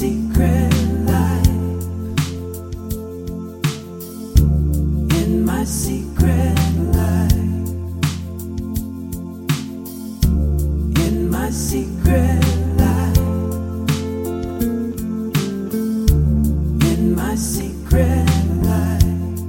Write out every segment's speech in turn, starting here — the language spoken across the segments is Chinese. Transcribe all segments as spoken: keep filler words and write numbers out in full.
secret life, in my secret life, in my secret life, in my secret life。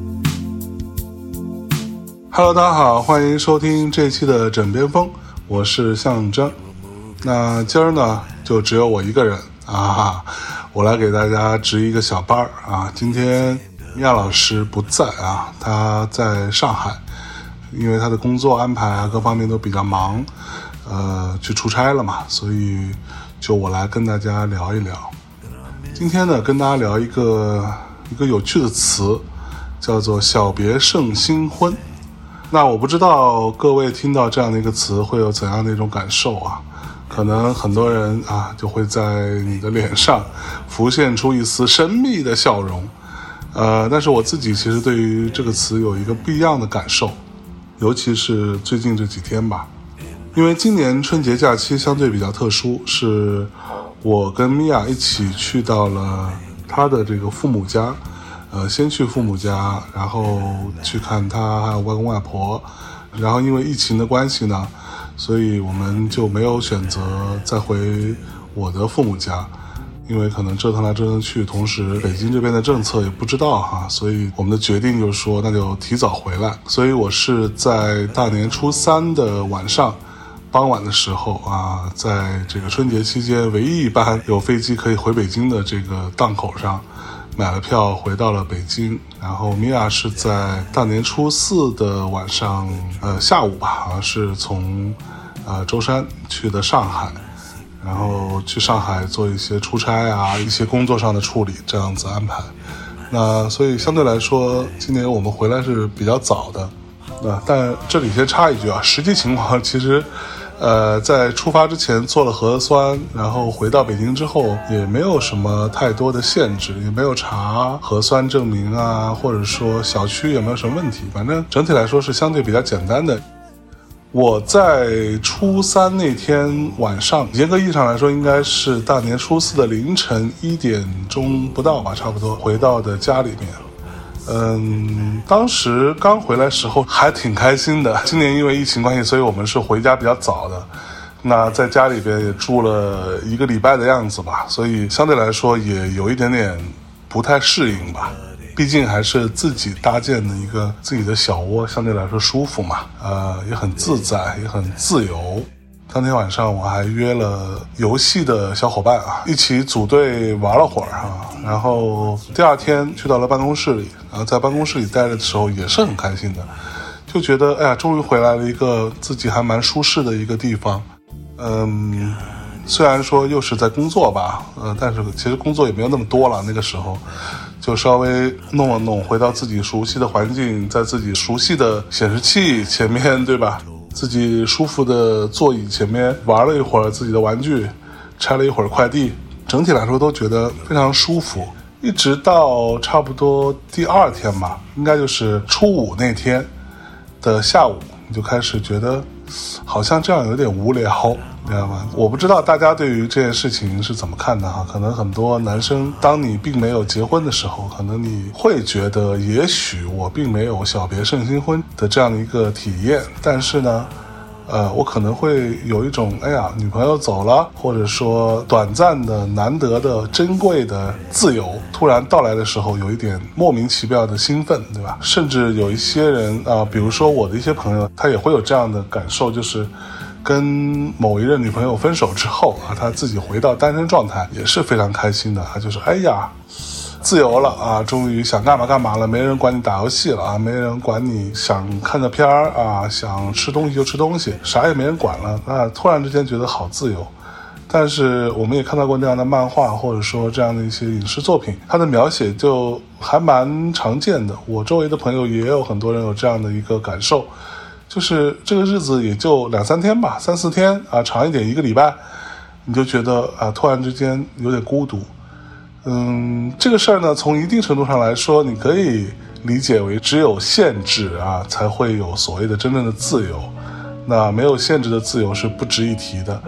Hello， 大家好，欢迎收听这一期的枕边风，我是向征。那今儿呢，就只有我一个人啊，我来给大家值一个小班儿啊。今天亚老师不在啊，他在上海，因为他的工作安排啊各方面都比较忙，呃，去出差了嘛，所以就我来跟大家聊一聊。今天呢，跟大家聊一个一个有趣的词，叫做小别胜新婚。那我不知道各位听到这样的一个词会有怎样的一种感受啊？可能很多人啊就会在你的脸上浮现出一丝神秘的笑容，呃，但是我自己其实对于这个词有一个不一样的感受，尤其是最近这几天吧，因为今年春节假期相对比较特殊，是我跟米娅一起去到了她的这个父母家。呃，先去父母家，然后去看他还有外公外婆，然后因为疫情的关系呢，所以我们就没有选择再回我的父母家，因为可能折腾来折腾去，同时北京这边的政策也不知道哈，所以我们的决定就是说那就提早回来。所以我是在大年初三的晚上傍晚的时候啊，在这个春节期间唯一一班有飞机可以回北京的这个档口上买了票回到了北京，然后米娅是在大年初四的晚上，呃下午吧，好像是从呃舟山去的上海，然后去上海做一些出差啊，一些工作上的处理，这样子安排。那所以相对来说，今年我们回来是比较早的。那但这里先插一句啊，实际情况其实。呃，在出发之前做了核酸，然后回到北京之后也没有什么太多的限制，也没有查核酸证明啊，或者说小区有没有什么问题，反正整体来说是相对比较简单的。我在初三那天晚上，严格意义上来说应该是大年初四的凌晨一点钟不到吧，差不多回到的家里面。嗯，当时刚回来时候还挺开心的。今年因为疫情关系，所以我们是回家比较早的。那在家里边也住了一个礼拜的样子吧，所以相对来说也有一点点不太适应吧。毕竟还是自己搭建的一个自己的小窝，相对来说舒服嘛，呃，也很自在，也很自由。当天晚上我还约了游戏的小伙伴啊，一起组队玩了会儿啊，然后第二天去到了办公室里，然后在办公室里待着的时候也是很开心的，就觉得哎呀，终于回来了一个自己还蛮舒适的一个地方。嗯，虽然说又是在工作吧，呃，但是其实工作也没有那么多了，那个时候就稍微弄了弄，回到自己熟悉的环境，在自己熟悉的显示器前面，对吧？自己舒服的座椅前面玩了一会儿自己的玩具，拆了一会儿快递，整体来说都觉得非常舒服。一直到差不多第二天吧，应该就是初五那天的下午，你就开始觉得好像这样有点无聊，你知道吗？我不知道大家对于这件事情是怎么看的哈？可能很多男生，当你并没有结婚的时候，可能你会觉得也许我并没有小别胜新婚的这样的一个体验，但是呢呃，我可能会有一种哎呀女朋友走了，或者说短暂的难得的珍贵的自由突然到来的时候，有一点莫名其妙的兴奋，对吧？甚至有一些人啊、呃，比如说我的一些朋友，他也会有这样的感受，就是跟某一任女朋友分手之后啊，他自己回到单身状态也是非常开心的，他就是哎呀自由了啊，终于想干嘛干嘛了，没人管你打游戏了啊，没人管你想看个片儿啊，想吃东西就吃东西，啥也没人管了，那突然之间觉得好自由。但是我们也看到过那样的漫画，或者说这样的一些影视作品，它的描写就还蛮常见的，我周围的朋友也有很多人有这样的一个感受，就是这个日子也就两三天吧，三四天啊，长一点一个礼拜，你就觉得啊，突然之间有点孤独。嗯，这个事儿呢，从一定程度上来说，你可以理解为只有限制啊，才会有所谓的真正的自由。那没有限制的自由是不值一提的。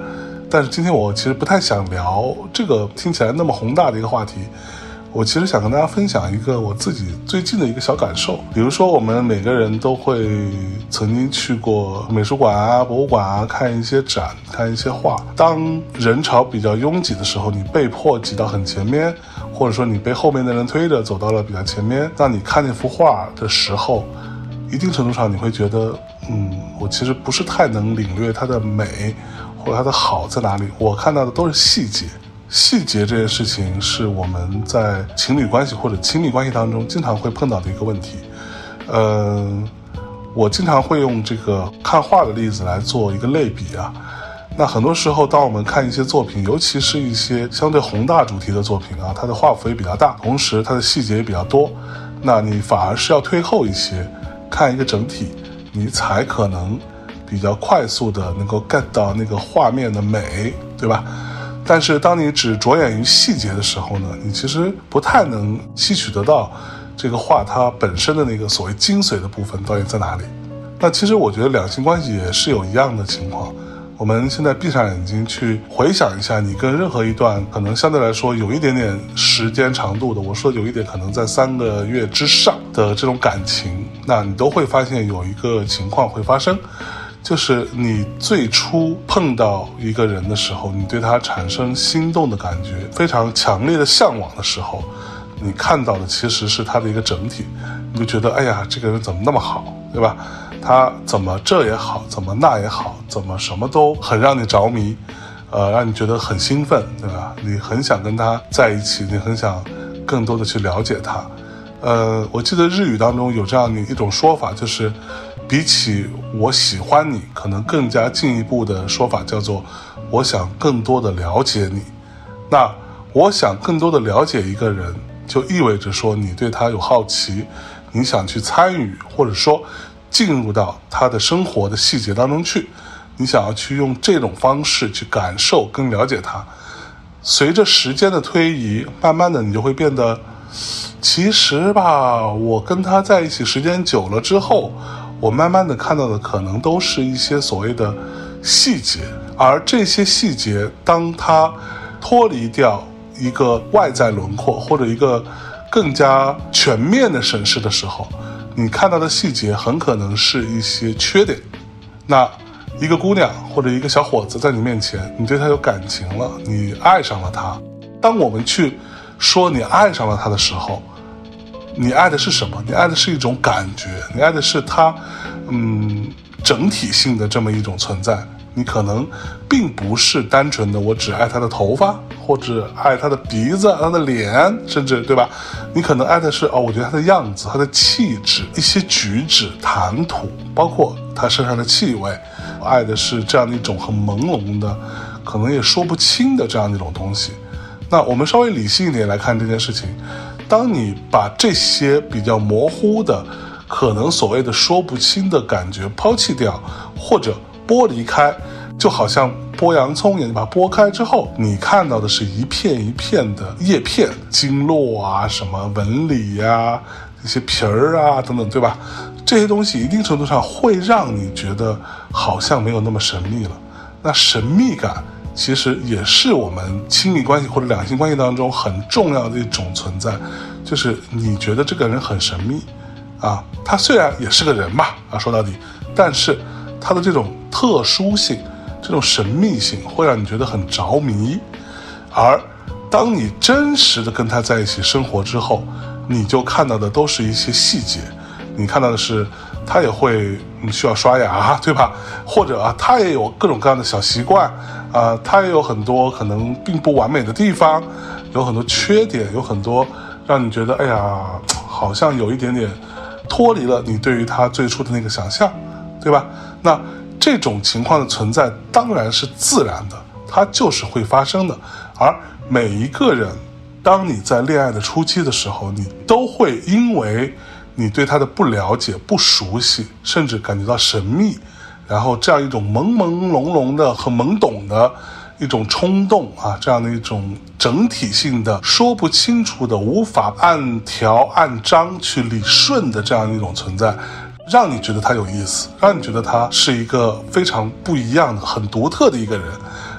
但是今天我其实不太想聊这个听起来那么宏大的一个话题，我其实想跟大家分享一个我自己最近的一个小感受。比如说我们每个人都会曾经去过美术馆啊、博物馆啊，看一些展，看一些画。当人潮比较拥挤的时候，你被迫挤到很前面，或者说你被后面的人推着走到了比较前面，当你看那幅画的时候，一定程度上你会觉得嗯，我其实不是太能领略它的美或者它的好在哪里，我看到的都是细节。细节这件事情是我们在情侣关系或者亲密关系当中经常会碰到的一个问题。呃，我经常会用这个看画的例子来做一个类比啊。那很多时候当我们看一些作品，尤其是一些相对宏大主题的作品啊，它的画幅也比较大，同时它的细节也比较多，那你反而是要退后一些，看一个整体，你才可能比较快速的能够 get 到那个画面的美，对吧？但是当你只着眼于细节的时候呢，你其实不太能吸取得到这个画它本身的那个所谓精髓的部分到底在哪里。那其实我觉得两性关系也是有一样的情况。我们现在闭上眼睛去回想一下，你跟任何一段可能相对来说有一点点时间长度的，我说有一点可能在三个月之上的这种感情，那你都会发现有一个情况会发生，就是你最初碰到一个人的时候，你对他产生心动的感觉，非常强烈的向往的时候，你看到的其实是他的一个整体，你就觉得哎呀，这个人怎么那么好，对吧？他怎么这也好，怎么那也好，怎么什么都很让你着迷，呃，让你觉得很兴奋，对吧？你很想跟他在一起，你很想更多的去了解他。呃，我记得日语当中有这样的一种说法，就是比起我喜欢你，可能更加进一步的说法叫做我想更多的了解你。那我想更多的了解一个人，就意味着说你对他有好奇，你想去参与，或者说进入到他的生活的细节当中去，你想要去用这种方式去感受跟了解他。随着时间的推移，慢慢的你就会变得，其实吧，我跟他在一起时间久了之后，我慢慢的看到的可能都是一些所谓的细节，而这些细节当他脱离掉一个外在轮廓或者一个更加全面的审视的时候，你看到的细节很可能是一些缺点。那一个姑娘或者一个小伙子在你面前，你对他有感情了，你爱上了他。当我们去说你爱上了他的时候，你爱的是什么？你爱的是一种感觉，你爱的是他嗯整体性的这么一种存在。你可能并不是单纯的我只爱他的头发，或者爱他的鼻子、他的脸，甚至对吧？你可能爱的是哦，我觉得他的样子、他的气质、一些举止、谈吐，包括他身上的气味。我爱的是这样的一种很朦胧的，可能也说不清的这样的一种东西。那我们稍微理性一点来看这件事情，当你把这些比较模糊的，可能所谓的说不清的感觉抛弃掉，或者剥离开，就好像剥洋葱一样，把它剥开之后，你看到的是一片一片的叶片、经络啊、什么纹理啊、一些皮儿啊等等，对吧？这些东西一定程度上会让你觉得好像没有那么神秘了。那神秘感其实也是我们亲密关系或者两性关系当中很重要的一种存在，就是你觉得这个人很神秘啊，他虽然也是个人吧，啊，说到底，但是他的这种特殊性、这种神秘性会让你觉得很着迷。而当你真实的跟他在一起生活之后，你就看到的都是一些细节，你看到的是他也会需要刷牙，对吧？或者啊，他也有各种各样的小习惯啊，他也有很多可能并不完美的地方，有很多缺点，有很多让你觉得哎呀，好像有一点点脱离了你对于他最初的那个想象，对吧？那这种情况的存在当然是自然的，它就是会发生的。而每一个人，当你在恋爱的初期的时候，你都会因为你对他的不了解、不熟悉，甚至感觉到神秘，然后这样一种朦朦胧胧的、很懵懂的一种冲动啊，这样的一种整体性的说不清楚的、无法按条按章去理顺的这样一种存在，让你觉得他有意思，让你觉得他是一个非常不一样的、很独特的一个人。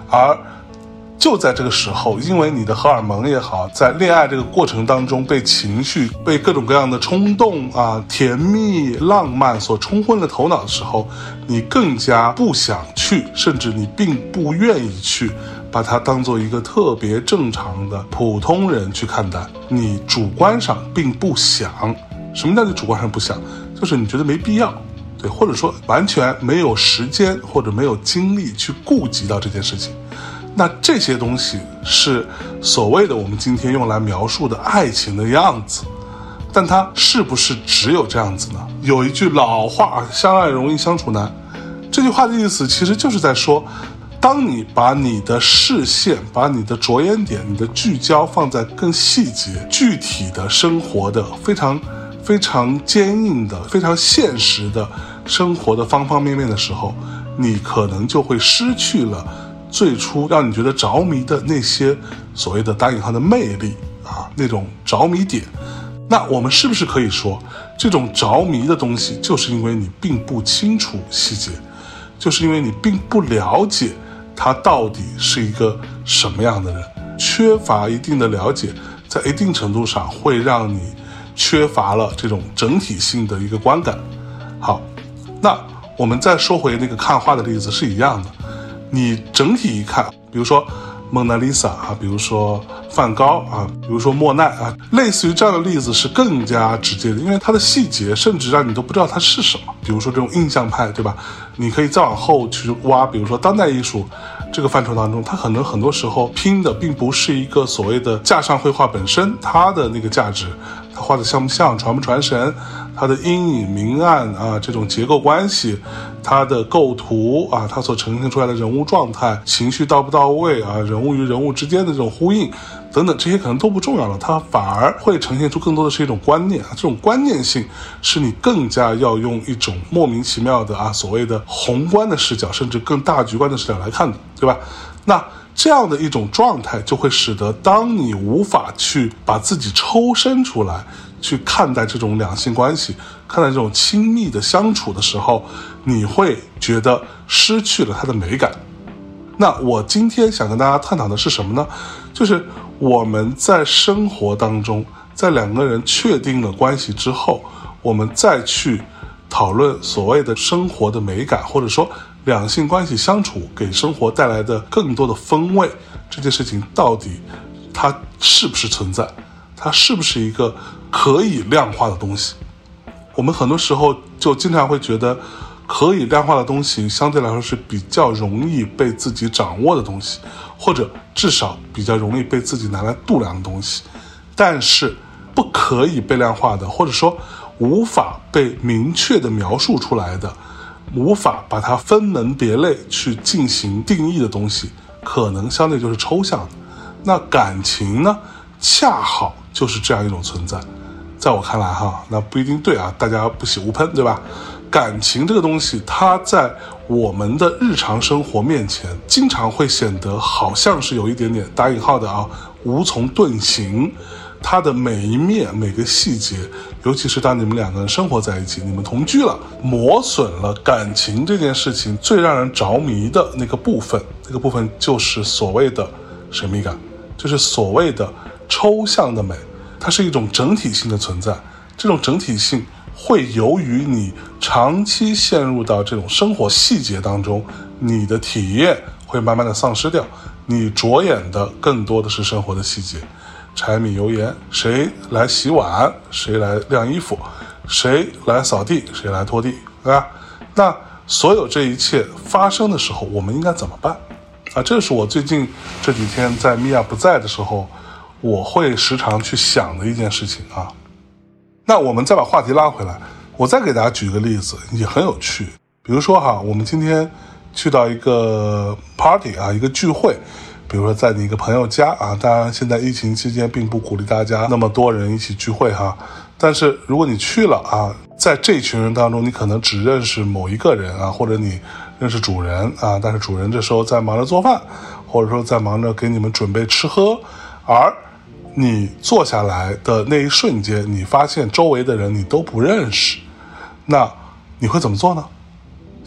而就在这个时候，因为你的荷尔蒙也好，在恋爱这个过程当中被情绪、被各种各样的冲动啊、甜蜜、浪漫所冲昏了头脑的时候，你更加不想去，甚至你并不愿意去把它当做一个特别正常的普通人去看待。你主观上并不想，什么叫你主观上不想？就是你觉得没必要，对，或者说完全没有时间或者没有精力去顾及到这件事情。那这些东西是所谓的我们今天用来描述的爱情的样子，但它是不是只有这样子呢？有一句老话，相爱容易相处难，这句话的意思其实就是在说，当你把你的视线、把你的着眼点、你的聚焦放在更细节、具体的生活的非常非常坚硬的、非常现实的生活的方方面面的时候，你可能就会失去了最初让你觉得着迷的那些所谓的打引号的魅力啊，那种着迷点。那我们是不是可以说，这种着迷的东西就是因为你并不清楚细节，就是因为你并不了解他到底是一个什么样的人，缺乏一定的了解，在一定程度上会让你缺乏了这种整体性的一个观感。好，那我们再说回那个看画的例子是一样的，你整体一看，比如说蒙娜丽莎啊，比如说梵高啊，比如说莫奈啊，类似于这样的例子是更加直接的，因为它的细节甚至让你都不知道它是什么。比如说这种印象派，对吧？你可以再往后去挖，比如说当代艺术这个范畴当中，它可能很多时候拼的并不是一个所谓的架上绘画本身它的那个价值，它画的像不像、传不传神，它的阴影明暗啊，这种结构关系，它的构图啊，它所呈现出来的人物状态、情绪到不到位啊，人物与人物之间的这种呼应等等，这些可能都不重要了，它反而会呈现出更多的是一种观念啊，这种观念性是你更加要用一种莫名其妙的啊所谓的宏观的视角，甚至更大局观的视角来看的，对吧？那这样的一种状态就会使得当你无法去把自己抽身出来去看待这种两性关系，看待这种亲密的相处的时候，你会觉得失去了它的美感。那我今天想跟大家探讨的是什么呢？就是我们在生活当中，在两个人确定了关系之后，我们再去讨论所谓的生活的美感，或者说两性关系相处给生活带来的更多的风味，这件事情到底它是不是存在，它是不是一个可以量化的东西。我们很多时候就经常会觉得可以量化的东西相对来说是比较容易被自己掌握的东西，或者至少比较容易被自己拿来度量的东西，但是不可以被量化的，或者说无法被明确的描述出来的，无法把它分门别类去进行定义的东西，可能相对就是抽象的。那感情呢，恰好就是这样一种存在。在我看来哈，那不一定对啊，大家不喜勿喷，对吧？感情这个东西，它在我们的日常生活面前，经常会显得好像是有一点点打引号的啊，无从遁形。它的每一面、每个细节，尤其是当你们两个人生活在一起，你们同居了，磨损了感情这件事情最让人着迷的那个部分，那个部分就是所谓的神秘感，就是所谓的抽象的美，它是一种整体性的存在。这种整体性会由于你长期陷入到这种生活细节当中，你的体验会慢慢的丧失掉，你着眼的更多的是生活的细节，柴米油盐，谁来洗碗，谁来晾衣服，谁来扫地，谁来拖地，对吧？那所有这一切发生的时候，我们应该怎么办啊？这是我最近这几天在米娅不在的时候，我会时常去想的一件事情啊。那我们再把话题拉回来，我再给大家举一个例子，也很有趣。比如说哈，我们今天去到一个 party 啊，一个聚会，比如说在你一个朋友家啊，当然现在疫情期间并不鼓励大家那么多人一起聚会哈，但是如果你去了啊，在这群人当中，你可能只认识某一个人啊，或者你认识主人啊，但是主人这时候在忙着做饭，或者说在忙着给你们准备吃喝，而你坐下来的那一瞬间，你发现周围的人你都不认识，那你会怎么做呢？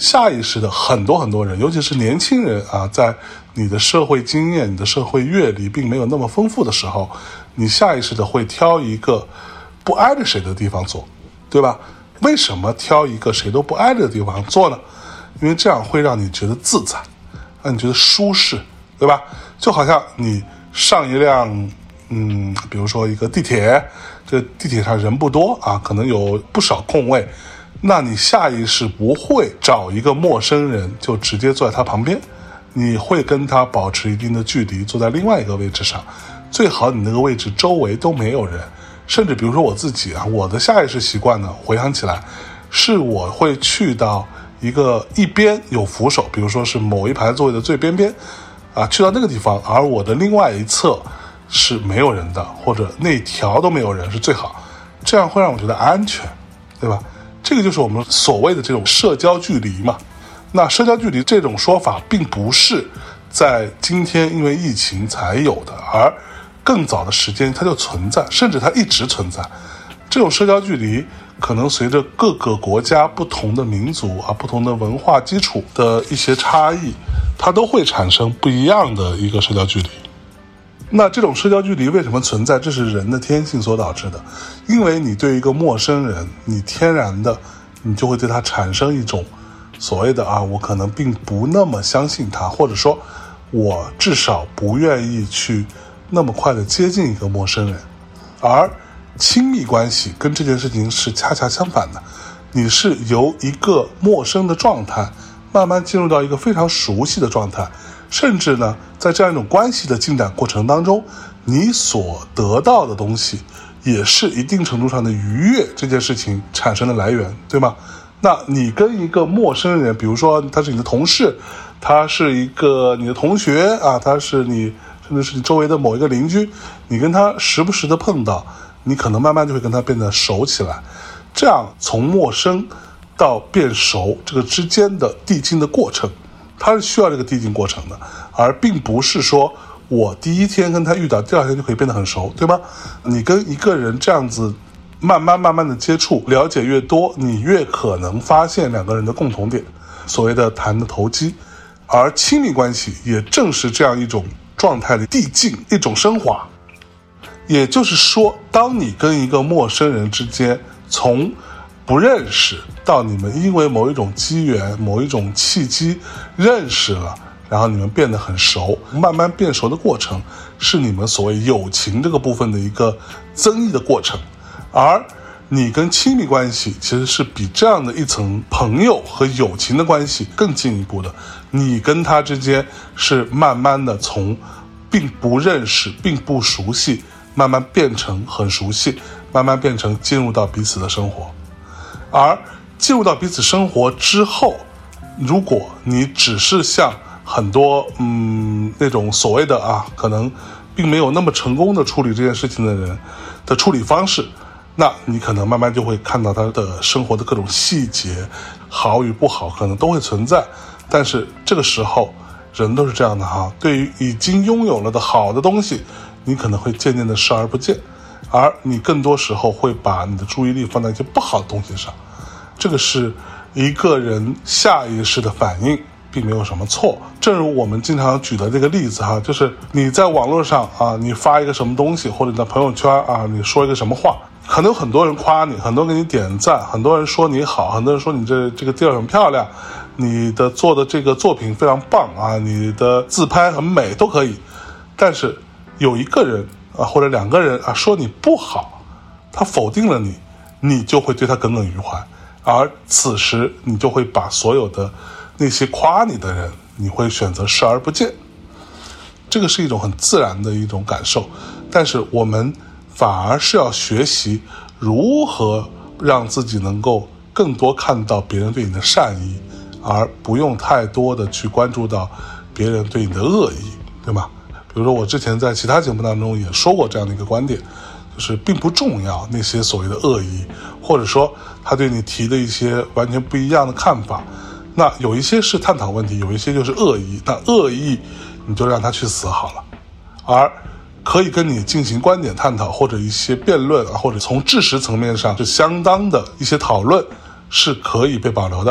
下意识的很多很多人，尤其是年轻人啊，在你的社会经验、你的社会阅历并没有那么丰富的时候，你下意识的会挑一个不挨着谁的地方做，对吧？为什么挑一个谁都不挨着的地方做呢？因为这样会让你觉得自在，让你觉得舒适，对吧？就好像你上一辆嗯，比如说一个地铁，这个地铁上人不多啊，可能有不少空位，那你下意识不会找一个陌生人就直接坐在他旁边，你会跟他保持一定的距离，坐在另外一个位置上，最好你那个位置周围都没有人。甚至比如说我自己啊，我的下意识习惯呢，回想起来是我会去到一个一边有扶手，比如说是某一排座位的最边边啊，去到那个地方，而我的另外一侧是没有人的，或者那条都没有人是最好，这样会让我觉得安全，对吧？这个就是我们所谓的这种社交距离嘛。那社交距离这种说法并不是在今天因为疫情才有的，而更早的时间它就存在，甚至它一直存在。这种社交距离可能随着各个国家不同的民族啊、不同的文化基础的一些差异，它都会产生不一样的一个社交距离。那这种社交距离为什么存在？这是人的天性所导致的。因为你对一个陌生人，你天然的你就会对他产生一种所谓的啊，我可能并不那么相信他，或者说我至少不愿意去那么快的接近一个陌生人。而亲密关系跟这件事情是恰恰相反的，你是由一个陌生的状态慢慢进入到一个非常熟悉的状态，甚至呢在这样一种关系的进展过程当中，你所得到的东西也是一定程度上的愉悦这件事情产生的来源，对吗？那你跟一个陌生人，比如说他是你的同事，他是一个你的同学啊，他是你甚至是你周围的某一个邻居，你跟他时不时的碰到，你可能慢慢就会跟他变得熟起来。这样从陌生到变熟这个之间的递进的过程，它是需要这个递进过程的，而并不是说我第一天跟他遇到，第二天就可以变得很熟，对吗？你跟一个人这样子慢慢慢慢的接触，了解越多，你越可能发现两个人的共同点，所谓的谈的投机。而亲密关系也正是这样一种状态的递进，一种升华。也就是说，当你跟一个陌生人之间从不认识到你们因为某一种机缘、某一种契机认识了，然后你们变得很熟，慢慢变熟的过程是你们所谓友情这个部分的一个增益的过程。而你跟亲密关系其实是比这样的一层朋友和友情的关系更进一步的，你跟他之间是慢慢的从并不认识并不熟悉慢慢变成很熟悉，慢慢变成进入到彼此的生活。而进入到彼此生活之后，如果你只是像很多嗯那种所谓的啊可能并没有那么成功的处理这件事情的人的处理方式，那你可能慢慢就会看到他的生活的各种细节，好与不好可能都会存在。但是这个时候人都是这样的哈，对于已经拥有了的好的东西，你可能会渐渐的视而不见，而你更多时候会把你的注意力放在一些不好的东西上。这个是一个人下意识的反应，并没有什么错。正如我们经常举的这个例子哈，就是你在网络上啊，你发一个什么东西，或者你在朋友圈啊，你说一个什么话，可能很多人夸你，很多人给你点赞，很多人说你好，很多人说你这这个地儿很漂亮，你的做的这个作品非常棒啊，你的自拍很美，都可以。但是有一个人啊，或者两个人啊说你不好，他否定了你，你就会对他耿耿于怀，而此时你就会把所有的那些夸你的人，你会选择视而不见。这个是一种很自然的一种感受，但是我们反而是要学习如何让自己能够更多看到别人对你的善意，而不用太多的去关注到别人对你的恶意，对吗？比如说我之前在其他节目当中也说过这样的一个观点，就是并不重要那些所谓的恶意，或者说他对你提的一些完全不一样的看法，那有一些是探讨问题，有一些就是恶意，那恶意你就让他去死好了。而可以跟你进行观点探讨，或者一些辩论啊，或者从知识层面上是相当的一些讨论是可以被保留的。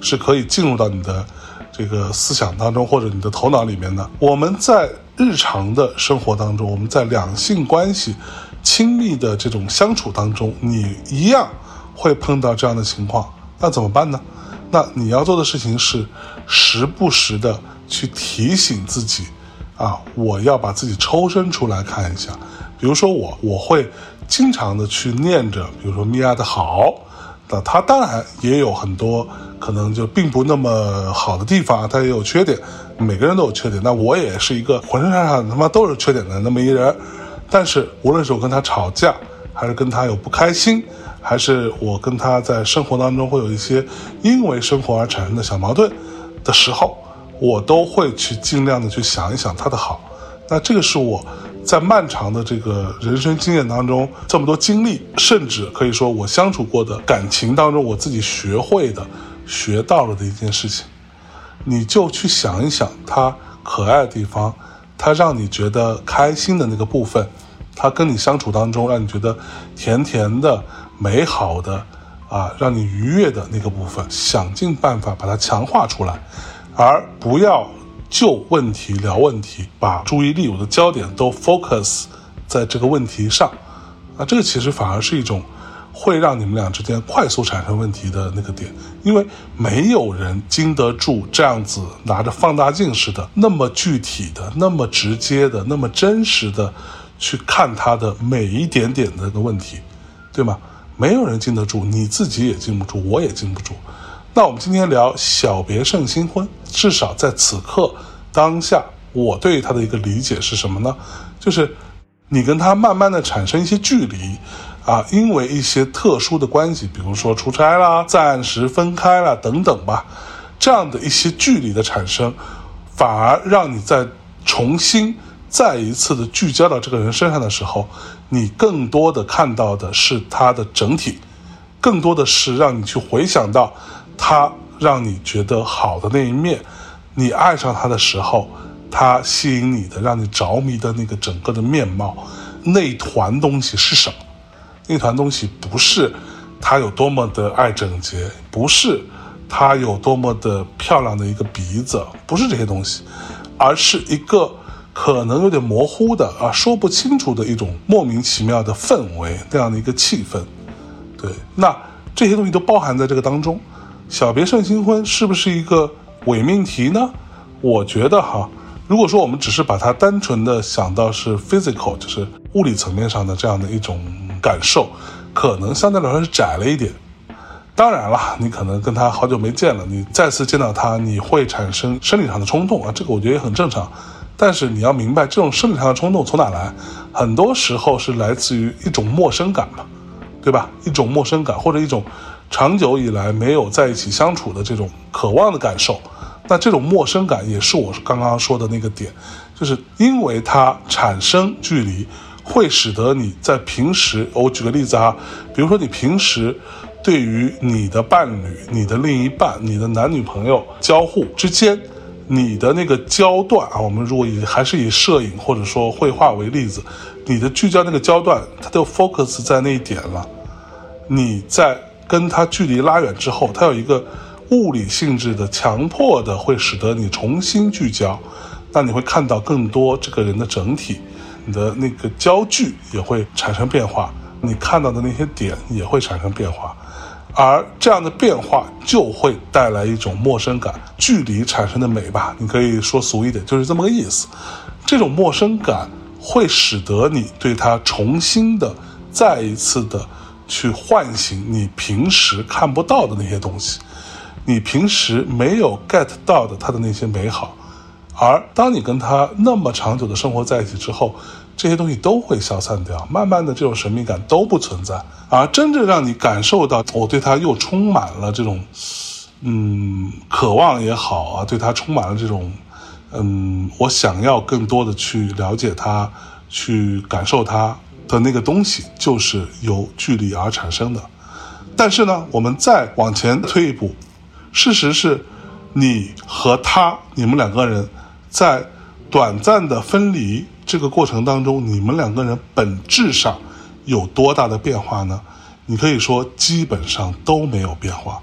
是可以进入到你的这个思想当中或者你的头脑里面的。我们在日常的生活当中，我们在两性关系亲密的这种相处当中，你一样会碰到这样的情况，那怎么办呢？那你要做的事情是时不时的去提醒自己啊，我要把自己抽身出来看一下。比如说我我会经常的去念着，比如说米娅的好，那她当然也有很多可能就并不那么好的地方，她也有缺点，每个人都有缺点，那我也是一个浑身上下他妈都是缺点的那么一人。但是无论是我跟她吵架，还是跟她有不开心，还是我跟她在生活当中会有一些因为生活而产生的小矛盾的时候，我都会去尽量的去想一想她的好。那这个是我在漫长的这个人生经验当中，这么多经历，甚至可以说我相处过的感情当中，我自己学会的学到了的一件事情。你就去想一想他可爱的地方，他让你觉得开心的那个部分，他跟你相处当中让你觉得甜甜的美好的啊，让你愉悦的那个部分，想尽办法把它强化出来，而不要就问题聊问题，把注意力我的焦点都 focus 在这个问题上。那这个其实反而是一种会让你们俩之间快速产生问题的那个点，因为没有人经得住这样子拿着放大镜似的那么具体的那么直接的那么真实的去看他的每一点点的那个问题，对吗？没有人经得住，你自己也经不住，我也经不住。那我们今天聊小别胜新婚，至少在此刻当下，我对他的一个理解是什么呢？就是你跟他慢慢的产生一些距离啊，因为一些特殊的关系，比如说出差啦、暂时分开啦等等吧，这样的一些距离的产生，反而让你在重新再一次的聚焦到这个人身上的时候，你更多的看到的是他的整体，更多的是让你去回想到他让你觉得好的那一面，你爱上他的时候，他吸引你的让你着迷的那个整个的面貌，那团东西是什么？那团东西不是他有多么的爱整洁，不是他有多么的漂亮的一个鼻子，不是这些东西，而是一个可能有点模糊的啊，说不清楚的一种莫名其妙的氛围，那样的一个气氛。对，那这些东西都包含在这个当中。小别胜新婚是不是一个伪命题呢？我觉得哈，如果说我们只是把它单纯的想到是 physical， 就是物理层面上的这样的一种感受，可能相对来说是窄了一点。当然了，你可能跟他好久没见了，你再次见到他，你会产生生理上的冲动啊，这个我觉得也很正常。但是你要明白，这种生理上的冲动从哪来？很多时候是来自于一种陌生感嘛，对吧？一种陌生感，或者一种长久以来没有在一起相处的这种渴望的感受。那这种陌生感也是我刚刚说的那个点，就是因为它产生距离，会使得你在平时，我举个例子啊，比如说你平时对于你的伴侣、你的另一半、你的男女朋友交互之间，你的那个焦段啊，我们如果以还是以摄影或者说绘画为例子，你的聚焦那个焦段，它都 focus 在那一点了。你在跟他距离拉远之后，它有一个物理性质的强迫的会使得你重新聚焦，那你会看到更多这个人的整体，你的那个焦距也会产生变化，你看到的那些点也会产生变化，而这样的变化就会带来一种陌生感，距离产生的美吧，你可以说俗一点，就是这么个意思。这种陌生感会使得你对它重新的再一次的去唤醒你平时看不到的那些东西，你平时没有 get 到的它的那些美好。而当你跟他那么长久的生活在一起之后，这些东西都会消散掉，慢慢的这种神秘感都不存在，而真正让你感受到我对他又充满了这种嗯渴望也好啊，对他充满了这种嗯我想要更多的去了解他，去感受他的那个东西，就是由距离而产生的。但是呢，我们再往前推一步，事实是你和他，你们两个人在短暂的分离这个过程当中，你们两个人本质上有多大的变化呢？你可以说基本上都没有变化，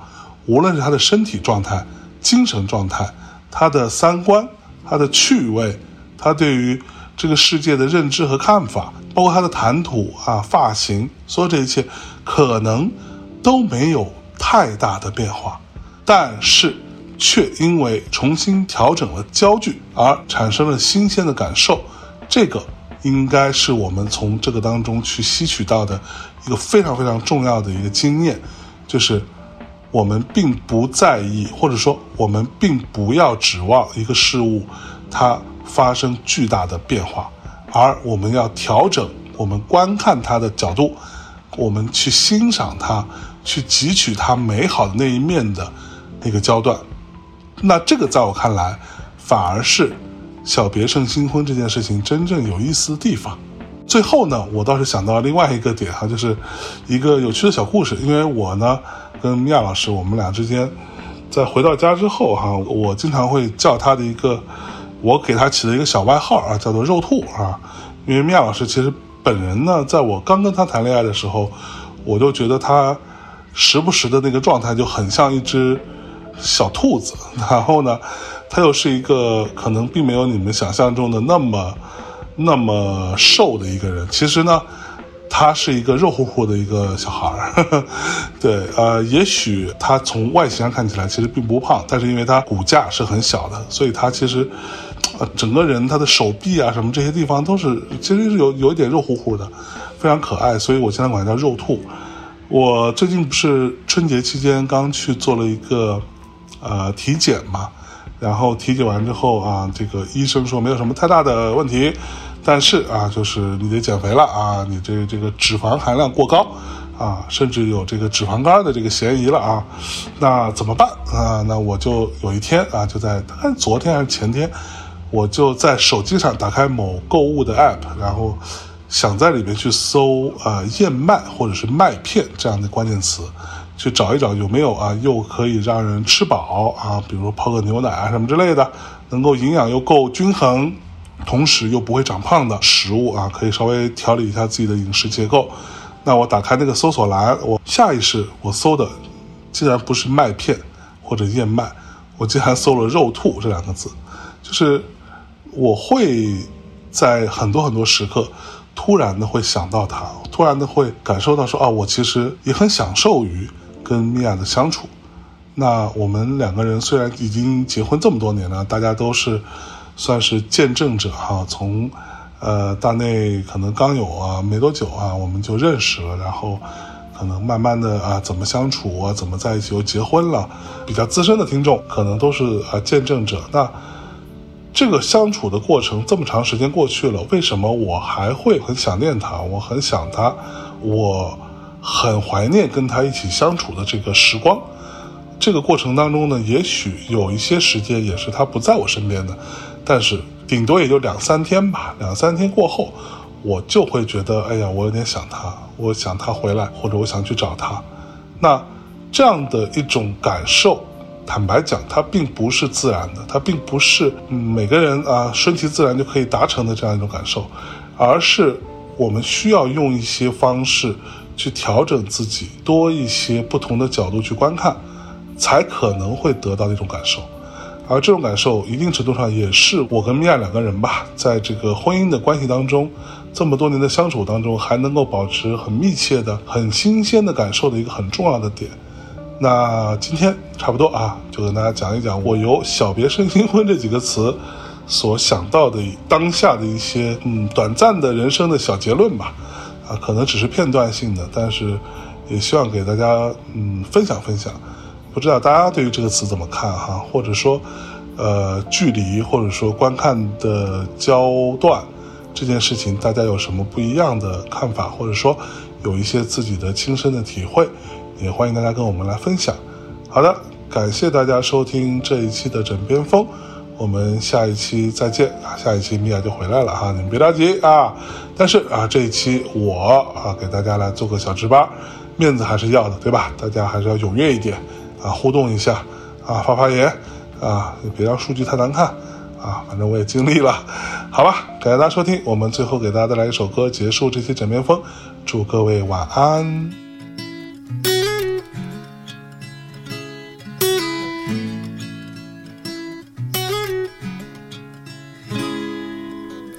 无论是他的身体状态、精神状态、他的三观、他的趣味、他对于这个世界的认知和看法，包括他的谈吐啊、发型，所有这一切可能都没有太大的变化，但是却因为重新调整了焦距而产生了新鲜的感受。这个应该是我们从这个当中去吸取到的一个非常非常重要的一个经验，就是我们并不在意，或者说我们并不要指望一个事物它发生巨大的变化，而我们要调整我们观看它的角度，我们去欣赏它，去汲取它美好的那一面的那个焦段。那这个在我看来反而是小别胜新婚这件事情真正有意思的地方。最后呢，我倒是想到另外一个点哈，就是一个有趣的小故事。因为我呢跟米娅老师，我们俩之间在回到家之后哈，我经常会叫他的一个，我给他起了一个小外号啊，叫做肉兔啊。因为米娅老师其实本人呢，在我刚跟他谈恋爱的时候，我就觉得他时不时的那个状态就很像一只小兔子，然后呢他又是一个可能并没有你们想象中的那么那么瘦的一个人，其实呢他是一个肉乎乎的一个小孩儿对，呃，也许他从外形上看起来其实并不胖，但是因为他骨架是很小的，所以他其实呃整个人他的手臂啊什么这些地方都是其实是有有一点肉乎乎的，非常可爱，所以我经常管他叫肉兔。我最近不是春节期间刚去做了一个呃体检嘛，然后体检完之后啊，这个医生说没有什么太大的问题，但是啊，就是你得减肥了啊，你这这个脂肪含量过高啊，甚至有这个脂肪肝的这个嫌疑了啊，那怎么办啊？那我就有一天啊，就在大概昨天还是前天，我就在手机上打开某购物的 app， 然后想在里面去搜啊、呃、燕麦或者是麦片这样的关键词，去找一找有没有啊又可以让人吃饱啊，比如泡个牛奶啊什么之类的，能够营养又够均衡，同时又不会长胖的食物啊，可以稍微调理一下自己的饮食结构。那我打开那个搜索栏，我下意识我搜的竟然不是麦片或者燕麦，我竟然搜了肉兔这两个字。就是我会在很多很多时刻突然的会想到他，突然的会感受到说啊，我其实也很享受于跟米娅的相处。那我们两个人虽然已经结婚这么多年了，大家都是算是见证者哈，从呃大内可能刚有啊没多久啊，我们就认识了，然后可能慢慢的啊怎么相处啊，怎么在一起又结婚了，比较资深的听众可能都是啊见证者。那这个相处的过程这么长时间过去了，为什么我还会很想念他，我很想他，我很怀念跟他一起相处的这个时光。这个过程当中呢，也许有一些时间也是他不在我身边的，但是顶多也就两三天吧，两三天过后我就会觉得哎呀，我有点想他，我想他回来，或者我想去找他。那这样的一种感受，坦白讲它并不是自然的，它并不是、嗯、每个人啊顺其自然就可以达成的这样一种感受，而是我们需要用一些方式去调整自己，多一些不同的角度去观看，才可能会得到一种感受。而这种感受一定程度上也是我跟米娅两个人吧，在这个婚姻的关系当中，这么多年的相处当中，还能够保持很密切的很新鲜的感受的一个很重要的点。那今天差不多啊，就跟大家讲一讲我由小别胜新婚这几个词所想到的当下的一些嗯短暂的人生的小结论吧。啊，可能只是片段性的，但是也希望给大家嗯分享分享。不知道大家对于这个词怎么看哈，或者说呃距离，或者说观看的焦段这件事情，大家有什么不一样的看法，或者说有一些自己的亲身的体会，也欢迎大家跟我们来分享。好的，感谢大家收听这一期的枕边风，我们下一期再见啊！下一期米娅就回来了哈，你们别着急啊。但是啊，这一期我啊给大家来做个小值班，面子还是要的，对吧？大家还是要踊跃一点啊，互动一下啊，发发言啊，别让数据太难看啊。反正我也尽力了，好吧？感谢大家收听，我们最后给大家带来一首歌结束这期枕边风，祝各位晚安。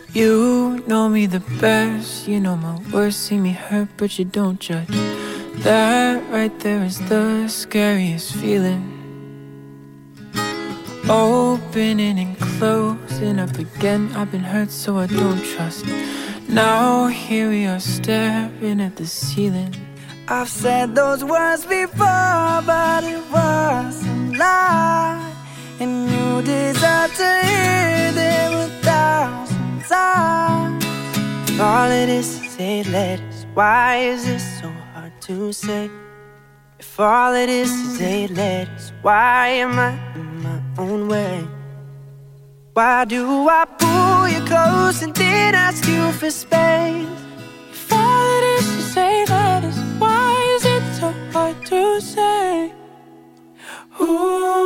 You know me the best, you know my worst, see me hurt but you don't judge. That right there is the scariest feeling. Opening and closing up again, I've been hurt so I don't trust. Now here we are staring at the ceiling. I've said those words before, but it was a lie. And you deserve to hear them a thousand times. All it is is eight letters, why is this so hard to say? If all it is is eight letters, why am I in my own way? Why do I pull you close and then ask you for space? If all it is is eight letters, why is it so hard to say? Ooh.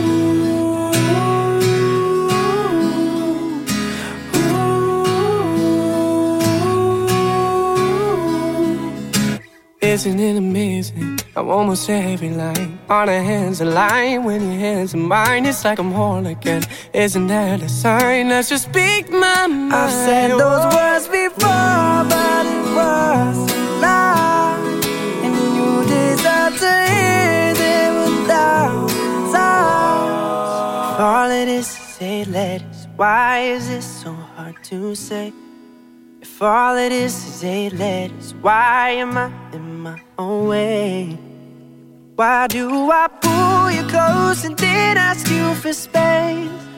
Isn't it amazing how almost every line on our hands align? When your hands are mine, it's like I'm whole again. Isn't that a sign? Let's just speak my mind. I've said those words before, but it was a lie. And you deserve to hear them a thousand times. All it is is eight letters, why is it so hard to say? If all it is is eight letters, why am I in my own way? Why do I pull you close and then ask you for space?